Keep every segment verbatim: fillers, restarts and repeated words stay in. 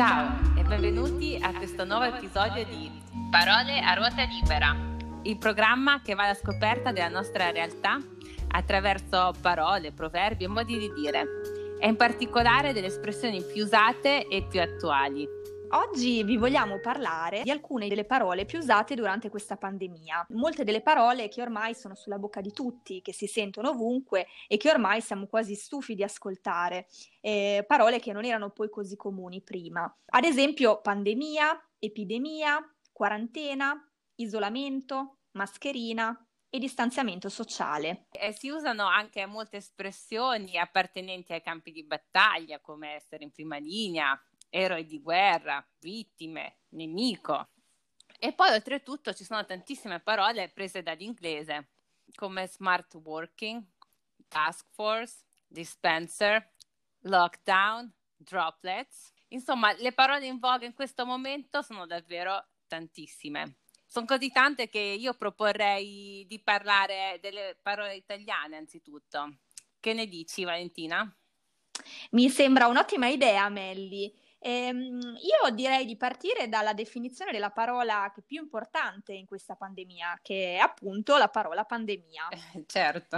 Ciao e benvenuti a questo nuovo episodio di Parole a ruota libera, il programma che va alla scoperta della nostra realtà attraverso parole, proverbi e modi di dire, e in particolare delle espressioni più usate e più attuali. Oggi vi vogliamo parlare di alcune delle parole più usate durante questa pandemia. Molte delle parole che ormai sono sulla bocca di tutti, che si sentono ovunque e che ormai siamo quasi stufi di ascoltare. Eh, parole che non erano poi così comuni prima. Ad esempio pandemia, epidemia, quarantena, isolamento, mascherina e distanziamento sociale. E si usano anche molte espressioni appartenenti ai campi di battaglia, come essere in prima linea, eroi di guerra, vittime, nemico. E poi oltretutto ci sono tantissime parole prese dall'inglese, come smart working, task force, dispenser, lockdown, droplets. Insomma, le parole in voga in questo momento sono davvero tantissime. Sono così tante che io proporrei di parlare delle parole italiane anzitutto. Che ne dici, Valentina? Mi sembra un'ottima idea, Melli. Ehm, io direi di partire dalla definizione della parola che è più importante in questa pandemia, che è appunto la parola pandemia. Eh, certo.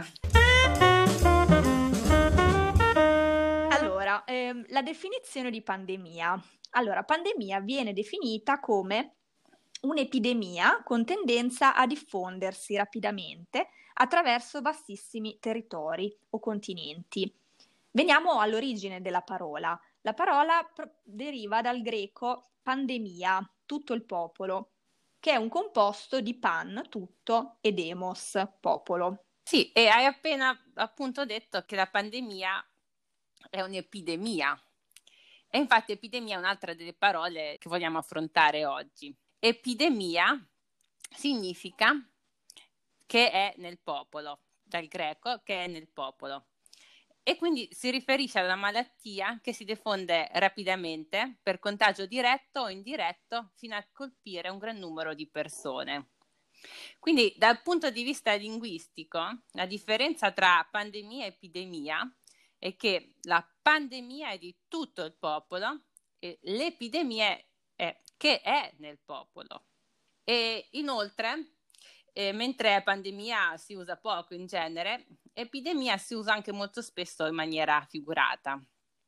Allora, ehm, la definizione di pandemia. Allora, pandemia viene definita come un'epidemia con tendenza a diffondersi rapidamente attraverso vastissimi territori o continenti. Veniamo all'origine della parola. La parola pro- deriva dal greco pandemia, tutto il popolo, che è un composto di pan, tutto, e demos, popolo. Sì, e hai appena appunto detto che la pandemia è un'epidemia. E infatti epidemia è un'altra delle parole che vogliamo affrontare oggi. Epidemia significa che è nel popolo, dal greco che è nel popolo. E quindi si riferisce alla malattia che si diffonde rapidamente per contagio diretto o indiretto fino a colpire un gran numero di persone. Quindi dal punto di vista linguistico, la differenza tra pandemia e epidemia è che la pandemia è di tutto il popolo e l'epidemia è che è nel popolo. E inoltre, eh, mentre pandemia si usa poco in genere, epidemia si usa anche molto spesso in maniera figurata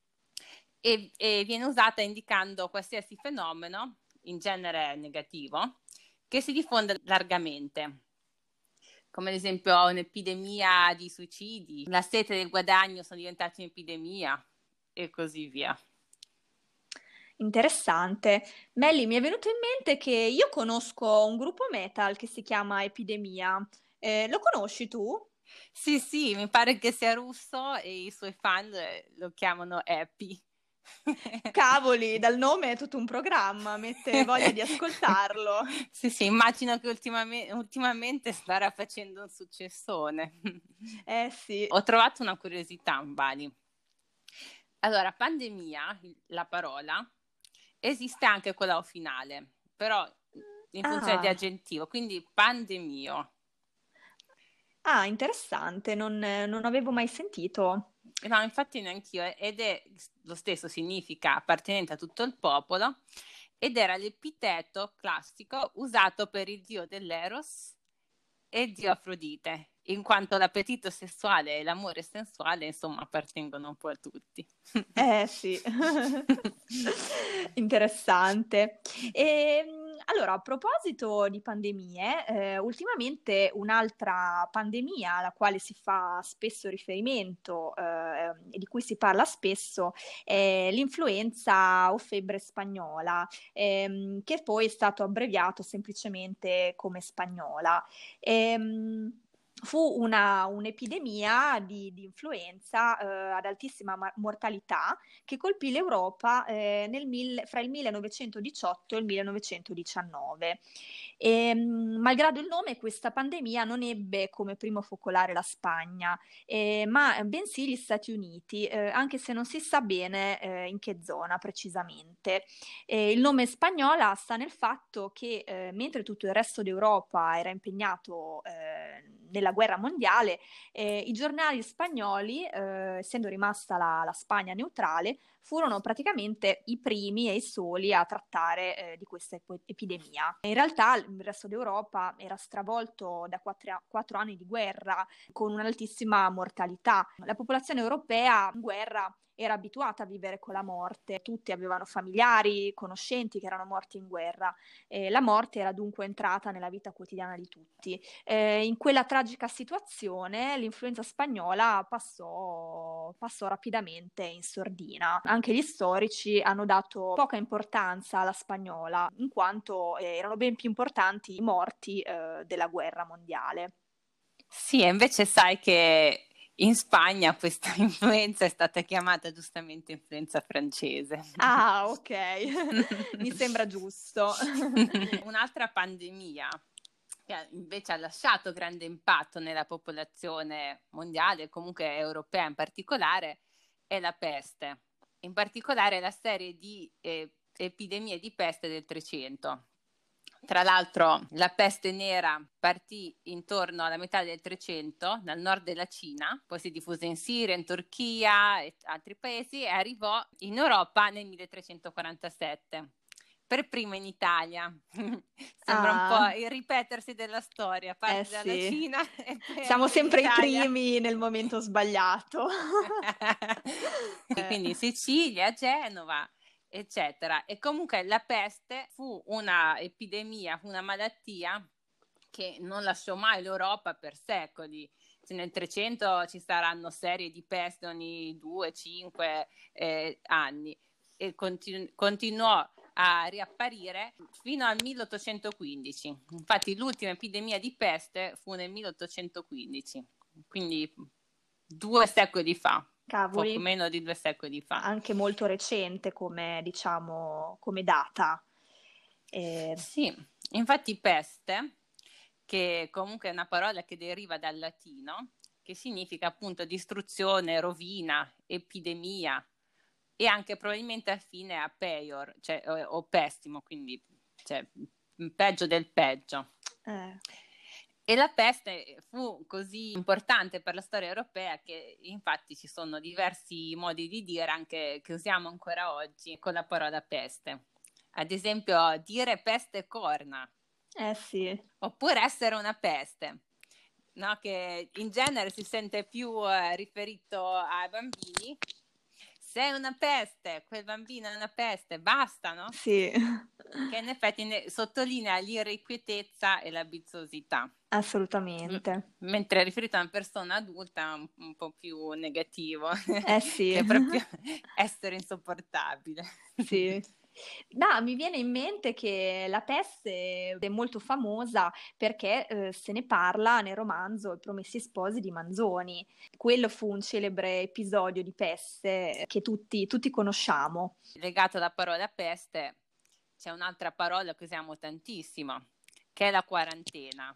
e, e viene usata indicando qualsiasi fenomeno, in genere negativo, che si diffonde largamente, come ad esempio un'epidemia di suicidi, la sete del guadagno sono diventati un'epidemia e così via. Interessante. Melli, mi è venuto in mente che io conosco un gruppo metal che si chiama Epidemia. Eh, lo conosci tu? Sì, sì, mi pare che sia russo e i suoi fan lo chiamano Happy. Cavoli, dal nome è tutto un programma, mette voglia di ascoltarlo. Sì, sì, immagino che ultimamente, ultimamente starà facendo un successone. Eh sì. Ho trovato una curiosità, Vali. Allora, pandemia, la parola, esiste anche quella finale, però in funzione di Ah, aggettivo, quindi pandemio. ah, interessante, non, non avevo mai sentito. No, infatti neanch'io, ed è lo stesso, significa appartenente a tutto il popolo, ed era l'epiteto classico usato per il dio dell'Eros e il dio Afrodite, in quanto l'appetito sessuale e l'amore sensuale, insomma, appartengono un po' a tutti. Eh sì, interessante. E, allora, a proposito di pandemie, eh, ultimamente un'altra pandemia alla quale si fa spesso riferimento eh, e di cui si parla spesso è l'influenza o febbre spagnola, ehm, che poi è stato abbreviato semplicemente come spagnola. Ehm, Fu una, un'epidemia di, di influenza eh, ad altissima ma- mortalità che colpì l'Europa eh, nel mille- fra il millenovecentodiciotto e il millenovecentodiciannove. E, mh, malgrado il nome, questa pandemia non ebbe come primo focolare la Spagna, eh, ma bensì gli Stati Uniti, eh, anche se non si sa bene eh, in che zona precisamente. Eh, il nome spagnola sta nel fatto che eh, mentre tutto il resto d'Europa era impegnato eh, nella guerra mondiale, eh, i giornali spagnoli, eh, essendo rimasta la, la Spagna neutrale, furono praticamente i primi e i soli a trattare eh, di questa ep- epidemia. In realtà il resto d'Europa era stravolto da quattro, quattro anni di guerra con un'altissima mortalità. La popolazione europea in guerra era abituata a vivere con la morte, tutti avevano familiari, conoscenti che erano morti in guerra, e la morte era dunque entrata nella vita quotidiana di tutti. Eh, in quella tragica situazione l'influenza spagnola passò, passò rapidamente in sordina. Anche gli storici hanno dato poca importanza alla spagnola, in quanto eh, erano ben più importanti i morti eh, della guerra mondiale. Sì, e invece sai che in Spagna questa influenza è stata chiamata giustamente influenza francese. Ah, ok, mi sembra giusto. Un'altra pandemia che invece ha lasciato grande impatto nella popolazione mondiale, comunque europea in particolare, è la peste. In particolare la serie di eh, epidemie di peste del Trecento. Tra l'altro la peste nera partì intorno alla metà del Trecento dal nord della Cina, poi si diffuse in Siria, in Turchia e altri paesi e arrivò in Europa nel milletrecentoquarantasette. Per prima in Italia. Sembra un po' Ah, il ripetersi della storia, eh parti dalla sì, Cina e poi siamo arriva in sempre i Italia. primi nel momento sbagliato. Quindi Sicilia, Genova, eccetera. E comunque la peste fu una epidemia, fu una malattia che non lasciò mai l'Europa per secoli. Nel Trecento ci saranno serie di peste ogni due, cinque eh, anni e continu- continuò a riapparire fino al milleottocentoquindici. Infatti l'ultima epidemia di peste fu nel milleottocentoquindici, quindi due secoli fa. Cavoli, Poco meno di due secoli fa. anche molto recente come, diciamo, come data. Eh, Sì, infatti peste, che comunque è una parola che deriva dal latino, che significa appunto distruzione, rovina, epidemia e anche probabilmente affine a peior, cioè, o, o pessimo, quindi cioè, peggio del peggio. eh. E la peste fu così importante per la storia europea che infatti ci sono diversi modi di dire anche che usiamo ancora oggi con la parola peste. Ad esempio dire peste corna. Eh sì. Oppure essere una peste, no? Che in genere si sente più eh, riferito ai bambini. Sei una peste, quel bambino è una peste, basta, no? Sì. Che in effetti ne- sottolinea l'irrequietezza e la bizzosità. Assolutamente. M- mentre riferito a una persona adulta è un, un po' più negativo, Eh sì. che è proprio essere insopportabile. Sì. No, mi viene in mente che la peste è molto famosa perché eh, se ne parla nel romanzo I Promessi Sposi di Manzoni. Quello fu un celebre episodio di peste che tutti, tutti conosciamo. Legato alla parola peste c'è un'altra parola che usiamo tantissimo, che è la quarantena.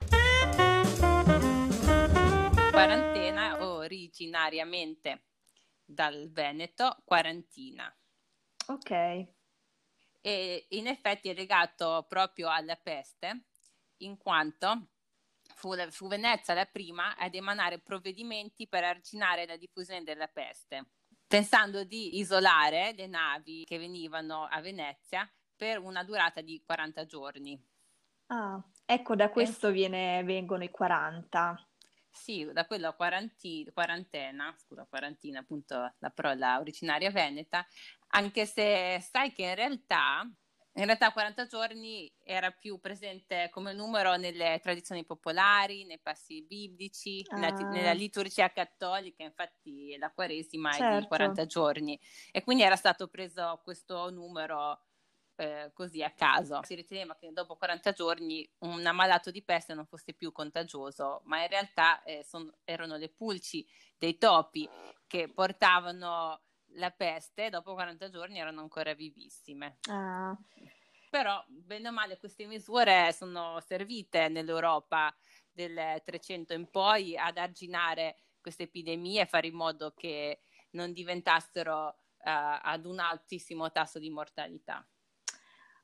Quarantena originariamente dal Veneto, quarantina. Ok. E in effetti è legato proprio alla peste, in quanto fu, fu Venezia la prima ad emanare provvedimenti per arginare la diffusione della peste, pensando di isolare le navi che venivano a Venezia per una durata di quaranta giorni. Ah, ecco, da E, questo viene- vengono i quaranta. sì, da quella quaranti, quarantena, scusa, quarantina, appunto la parola originaria veneta, anche se sai che in realtà, in realtà quaranta giorni era più presente come numero nelle tradizioni popolari, nei passi biblici, nella, nella Ah, liturgia cattolica, infatti la Quaresima è di certo. quaranta giorni e quindi era stato preso questo numero eh, così a caso. Si riteneva che dopo quaranta giorni un ammalato di peste non fosse più contagioso, ma in realtà eh, son, erano le pulci dei topi che portavano la peste, dopo quaranta giorni erano ancora vivissime. Ah. Però, bene o male, queste misure sono servite nell'Europa del Trecento in poi ad arginare queste epidemie e fare in modo che non diventassero uh, ad un altissimo tasso di mortalità.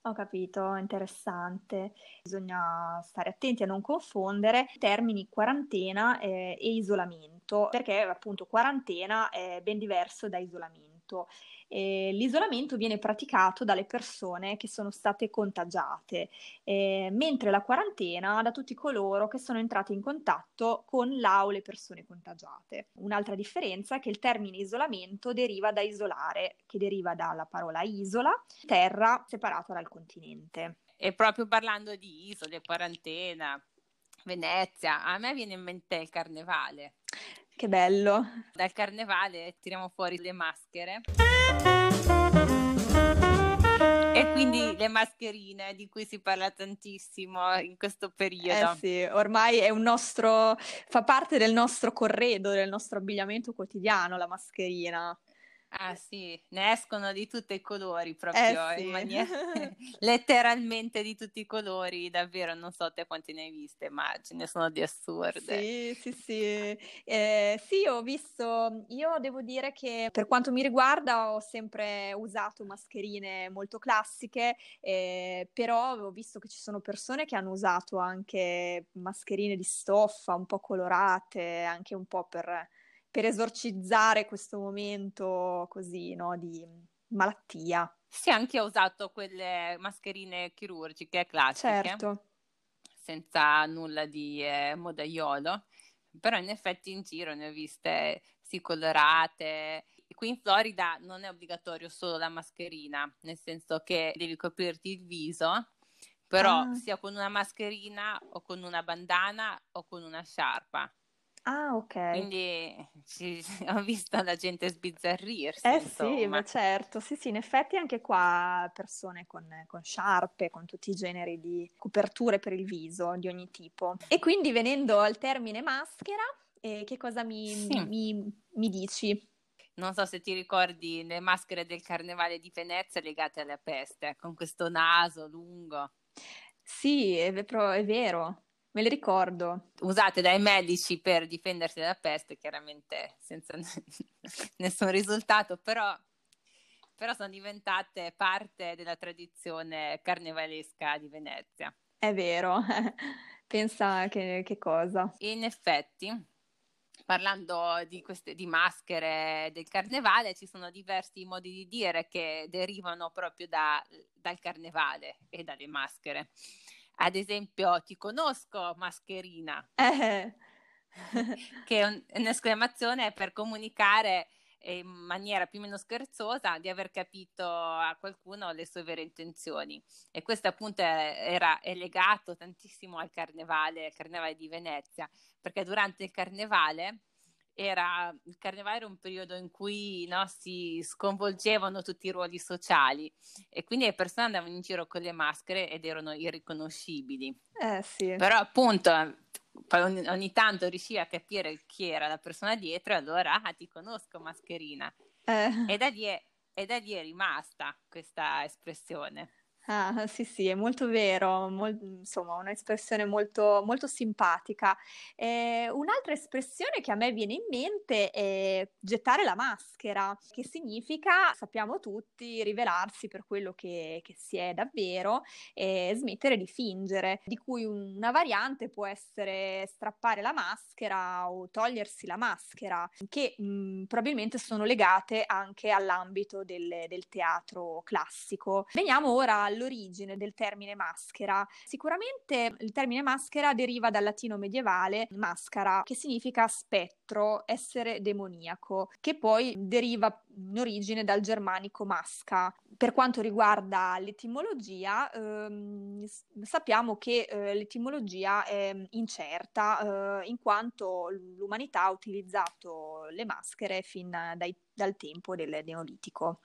Ho capito, interessante. Bisogna stare attenti a non confondere i termini quarantena eh, e isolamento, perché appunto quarantena è ben diverso da isolamento. Eh, l'isolamento viene praticato dalle persone che sono state contagiate, eh, mentre la quarantena da tutti coloro che sono entrati in contatto con la o le persone contagiate. Un'altra differenza è che il termine isolamento deriva da isolare, che deriva dalla parola isola, terra separata dal continente. E proprio parlando di isole, quarantena, Venezia, a me viene in mente il carnevale. Che bello! Dal carnevale tiriamo fuori le maschere. E quindi le mascherine di cui si parla tantissimo in questo periodo. Eh sì, ormai è un nostro, fa parte del nostro corredo, del nostro abbigliamento quotidiano, la mascherina. Ah sì, ne escono di tutti i colori Eh proprio, in sì. maniera letteralmente di tutti i colori, davvero, non so te quanti ne hai viste, ma ce ne sono di assurde. Sì, sì, sì. Eh, sì, ho visto, io devo dire che per quanto mi riguarda ho sempre usato mascherine molto classiche, eh, però ho visto che ci sono persone che hanno usato anche mascherine di stoffa, un po' colorate, anche un po' per, per esorcizzare questo momento così, no, di malattia. Sì, anche ho usato quelle mascherine chirurgiche classiche, Certo. senza nulla di eh, modaiolo, però in effetti in giro ne ho viste sì colorate. Qui in Florida non è obbligatorio solo la mascherina, nel senso che devi coprirti il viso, però Ah. sia con una mascherina o con una bandana o con una sciarpa. Ah, ok. Quindi ci, ho visto la gente sbizzarrirsi, Eh sì, insomma. beh certo, sì sì, in effetti anche qua persone con, con sciarpe, con tutti i generi di coperture per il viso di ogni tipo. E quindi venendo al termine maschera, eh, che cosa mi, Sì, mi, mi dici? non so se ti ricordi le maschere del carnevale di Venezia legate alla peste, con questo naso lungo, Sì, è, ve- pro- è vero, me le ricordo. usate dai medici per difendersi dalla peste, chiaramente senza nessun risultato, però, però sono diventate parte della tradizione carnevalesca di Venezia. È vero, pensa che, che cosa. E in effetti, parlando di queste di maschere del carnevale, ci sono diversi modi di dire che derivano proprio da, dal carnevale e dalle maschere. Ad esempio, ti conosco, mascherina, Eh, che è un- un'esclamazione per comunicare in maniera più o meno scherzosa di aver capito a qualcuno le sue vere intenzioni. E questo appunto è, era, è legato tantissimo al carnevale, al carnevale di Venezia, perché durante il carnevale era, il carnevale era un periodo in cui, no, si sconvolgevano tutti i ruoli sociali e quindi le persone andavano in giro con le maschere ed erano irriconoscibili. eh sì. Però appunto poi ogni, ogni tanto riuscivi a capire chi era la persona dietro e allora ah, ti conosco, mascherina. Eh. E da lì è, e da lì è rimasta questa espressione. Ah, sì, sì, è molto vero, mol- insomma, un'espressione molto, molto simpatica. Eh, un'altra espressione che a me viene in mente è gettare la maschera, che significa, sappiamo tutti, rivelarsi per quello che, che si è davvero e smettere di fingere, di cui una variante può essere strappare la maschera o togliersi la maschera, che mh, probabilmente sono legate anche all'ambito del, del teatro classico. Veniamo ora all'origine del termine maschera. Sicuramente il termine maschera deriva dal latino medievale mascara, che significa spettro, essere demoniaco, che poi deriva in origine dal germanico masca. Per quanto riguarda l'etimologia, ehm, sappiamo che eh, l'etimologia è incerta, eh, in quanto l'umanità ha utilizzato le maschere fin dai, dal tempo del Neolitico.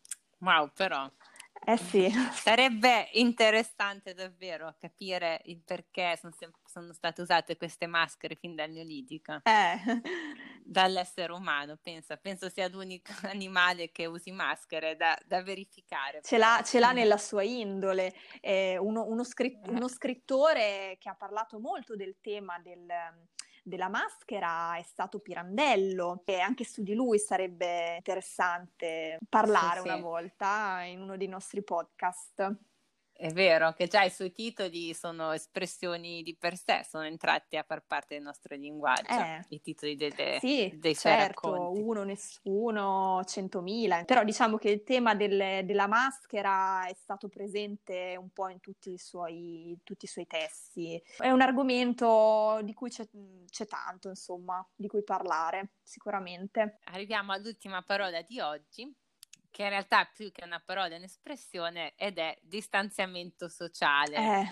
Wow, però Eh sì. sarebbe interessante davvero capire il perché sono, sem- sono state usate queste maschere fin dal Neolitico. Eh. Dall'essere umano, pensa, penso sia l'unico animale che usi maschere da, da verificare, Ce però. l'ha, ce l'ha nella sua indole. Eh, uno, uno, scritt- Eh, uno scrittore che ha parlato molto del tema del, della maschera è stato Pirandello, e anche su di lui sarebbe interessante sì, parlare una sì. volta in uno dei nostri podcast. È vero che già i suoi titoli sono espressioni di per sé, sono entrati a far parte del nostro linguaggio, Eh, i titoli delle, sì, dei suoi certo, racconti. uno, nessuno, centomila. Però diciamo che il tema del- della maschera è stato presente un po' in tutti i suoi, tutti i suoi testi. È un argomento di cui c'è, c'è tanto, insomma, di cui parlare, sicuramente. Arriviamo all'ultima parola di oggi, che in realtà più che una parola è un'espressione, ed è distanziamento sociale. Eh.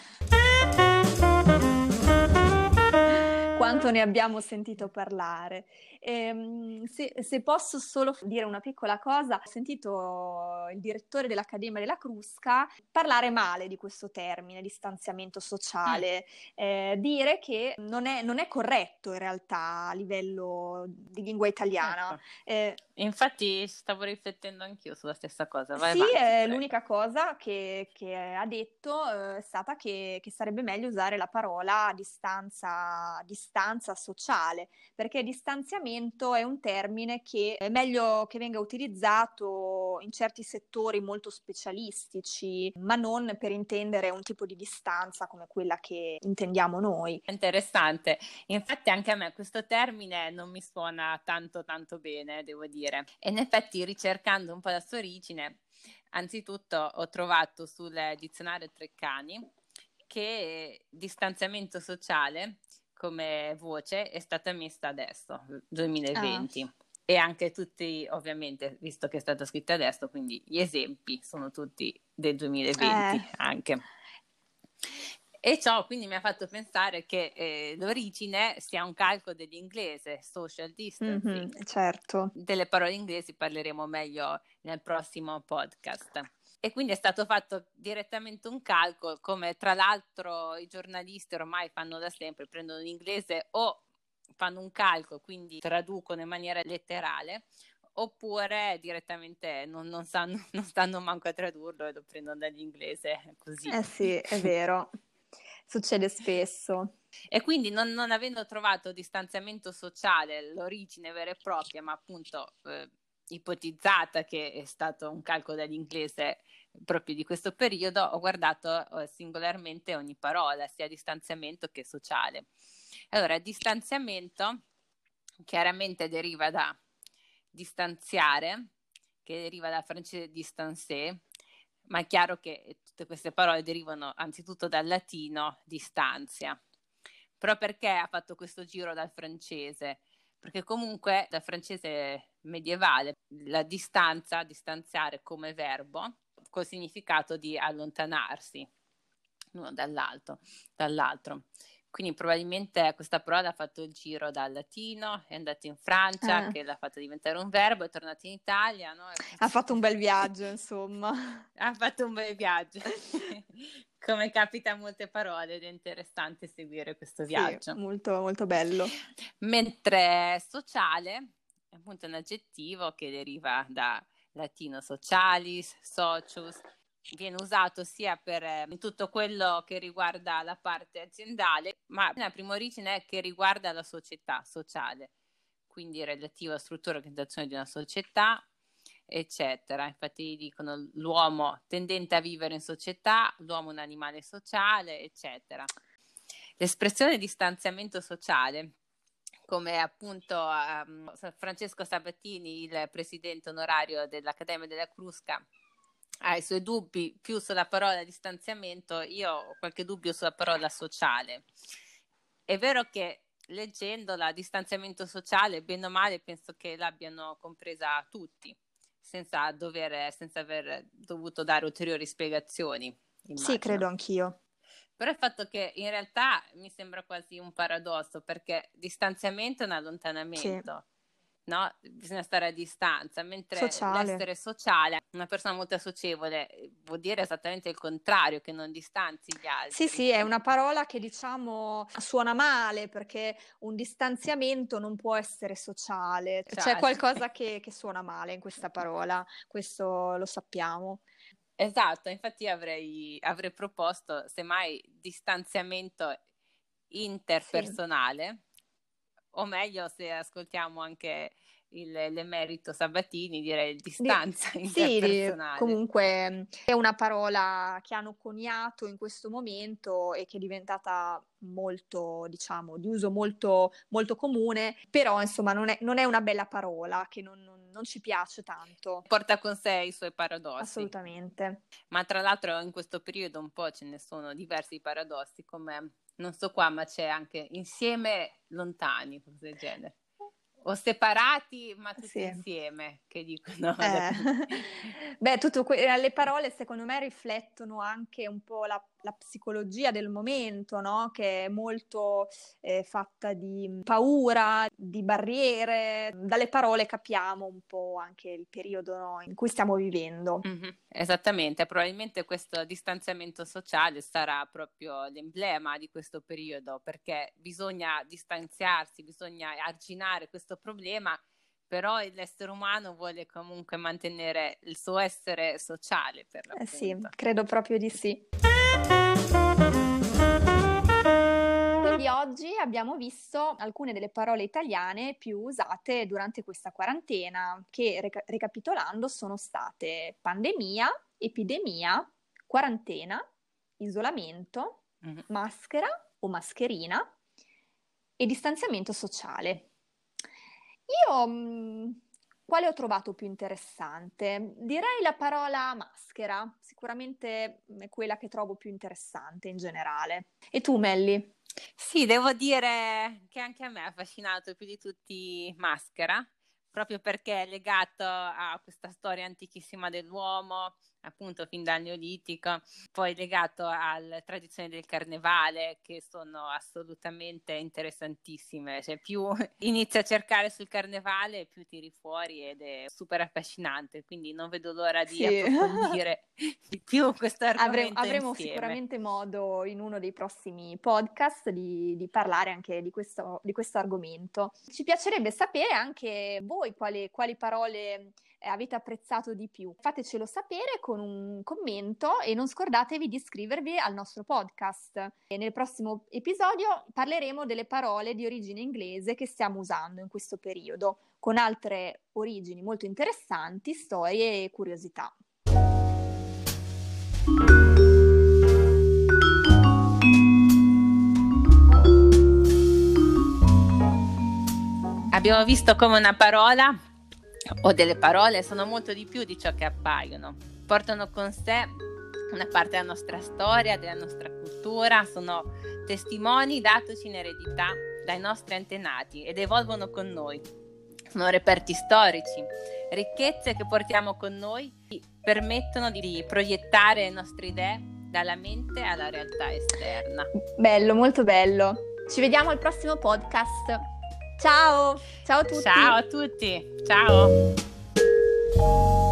Quanto ne abbiamo sentito parlare. Ehm, se, se posso solo dire una piccola cosa, ho sentito il direttore dell'Accademia della Crusca parlare male di questo termine, distanziamento Mm. sociale, eh, dire che non è, non è corretto in realtà a livello di lingua italiana. Ecco. Eh, Infatti stavo riflettendo anch'io sulla stessa cosa, vai Sì, avanti, eh, prego. l'unica cosa che, che ha detto eh, è stata che, che sarebbe meglio usare la parola distanza, distanza sociale, perché distanziamento è un termine che è meglio che venga utilizzato in certi settori molto specialistici, ma non per intendere un tipo di distanza come quella che intendiamo noi. Interessante, infatti anche a me questo termine non mi suona tanto tanto bene, devo dire. E in effetti ricercando un po' la sua origine, anzitutto ho trovato sul dizionario Treccani che distanziamento sociale come voce è stata messa adesso, duemilaventi. Ah. E anche tutti, ovviamente, visto che è stata scritta adesso, quindi gli esempi sono tutti del duemilaventi Eh. anche. E ciò quindi mi ha fatto pensare che eh, l'origine sia un calco dell'inglese, social distancing. Mhm, certo. Delle parole inglesi parleremo meglio nel prossimo podcast. E quindi è stato fatto direttamente un calcolo, come tra l'altro i giornalisti ormai fanno da sempre, prendono l'inglese o fanno un calcolo, quindi traducono in maniera letterale, oppure direttamente non, non, sanno, non stanno manco a tradurlo e lo prendono dall'inglese così. Eh sì, è vero. Succede spesso. E quindi non, non avendo trovato distanziamento sociale, l'origine vera e propria, ma appunto eh, ipotizzata che è stato un calcolo dall'inglese proprio di questo periodo, ho guardato eh, singolarmente ogni parola, sia distanziamento che sociale. Allora, distanziamento chiaramente deriva da distanziare, che deriva dal francese distancer, ma è chiaro che tutte queste parole derivano anzitutto dal latino distanzia. Però perché ha fatto questo giro dal francese? Perché comunque dal francese medievale la distanza, distanziare come verbo, col significato di allontanarsi l'uno dall'altro. dall'altro. Quindi probabilmente questa parola ha fatto il giro dal latino, è andata in Francia, Eh. che l'ha fatto diventare un verbo, è tornata in Italia. No? Ha fatto un bel viaggio, insomma. Ha fatto un bel viaggio. Come capita a molte parole ed è interessante seguire questo viaggio. Sì, molto, molto bello. Mentre sociale è appunto un aggettivo che deriva da latino socialis, socius, viene usato sia per eh, tutto quello che riguarda la parte aziendale, ma la prima origine è che riguarda la società sociale, quindi relativo alla struttura e organizzazione di una società, eccetera. Infatti dicono l'uomo tendente a vivere in società, l'uomo un animale sociale, eccetera. L'espressione distanziamento sociale, come appunto um, Francesco Sabatini, il presidente onorario dell'Accademia della Crusca, ha i suoi dubbi più sulla parola distanziamento, io ho qualche dubbio sulla parola sociale. È vero che leggendola, distanziamento sociale, bene o male, penso che l'abbiano compresa tutti, senza dover, senza aver dovuto dare ulteriori spiegazioni, immagino. Sì, credo anch'io. Però il fatto che in realtà mi sembra quasi un paradosso, perché distanziamento è un allontanamento, sì. No? Bisogna stare a distanza, mentre Sociale. l'essere sociale, una persona molto socievole, vuol dire esattamente il contrario, che non distanzi gli altri. Sì, sì, è una parola che diciamo suona male, perché un distanziamento non può essere sociale. Sociale. C'è qualcosa che, che suona male in questa parola, questo lo sappiamo. Esatto, infatti avrei, avrei proposto semmai distanziamento interpersonale, sì. O meglio se ascoltiamo anche il, l'emerito Sabatini, direi distanza di, interpersonale. Sì, comunque è una parola che hanno coniato in questo momento e che è diventata molto, diciamo, di uso molto, molto comune, però insomma non è, non è una bella parola che non, non, non ci piace tanto. Porta con sé i suoi paradossi. Assolutamente. Ma tra l'altro in questo periodo un po' ce ne sono diversi paradossi, come non so qua, ma c'è anche insieme lontani, cose del genere. O separati ma tutti sì. insieme, che dicono. Eh. Beh, tutto que- le parole secondo me riflettono anche un po' la, la psicologia del momento, no? Che è molto eh, fatta di paura, di barriere. Dalle parole capiamo un po' anche il periodo, no, in cui stiamo vivendo. Mm-hmm. Esattamente, probabilmente questo distanziamento sociale sarà proprio l'emblema di questo periodo, perché bisogna distanziarsi, bisogna arginare questo problema, però l'essere umano vuole comunque mantenere il suo essere sociale, per l'appunto. Eh sì, credo proprio di sì. Quindi oggi abbiamo visto alcune delle parole italiane più usate durante questa quarantena, che reca- ricapitolando sono state pandemia, epidemia, quarantena, isolamento, mm-hmm. maschera o mascherina e distanziamento sociale. Io mh, quale ho trovato più interessante? Direi la parola maschera, sicuramente è quella che trovo più interessante in generale. E tu, Melli? Sì, devo dire che anche a me ha affascinato più di tutti Maschera, proprio perché è legato a questa storia antichissima dell'uomo, appunto fin dal Neolitico, poi legato alle tradizioni del carnevale, che sono assolutamente interessantissime. Cioè, più inizi a cercare sul carnevale, più tiri fuori ed è super affascinante, quindi non vedo l'ora di sì. approfondire di più questo argomento. Avremo, avremo insieme. sicuramente modo in uno dei prossimi podcast di, di parlare anche di questo, di questo argomento. Ci piacerebbe sapere anche voi quali, quali parole avete apprezzato di più. Fatecelo sapere con un commento e non scordatevi di iscrivervi al nostro podcast. E nel prossimo episodio parleremo delle parole di origine inglese che stiamo usando in questo periodo, con altre origini molto interessanti, storie e curiosità. Abbiamo visto come una parola o delle parole sono molto di più di ciò che appaiono, portano con sé una parte della nostra storia, della nostra cultura, sono testimoni datoci in eredità dai nostri antenati ed evolvono con noi, sono reperti storici, ricchezze che portiamo con noi, che permettono di proiettare le nostre idee dalla mente alla realtà esterna. Bello, molto bello. Ci vediamo al prossimo podcast. Ciao, ciao a tutti. Ciao a tutti, ciao.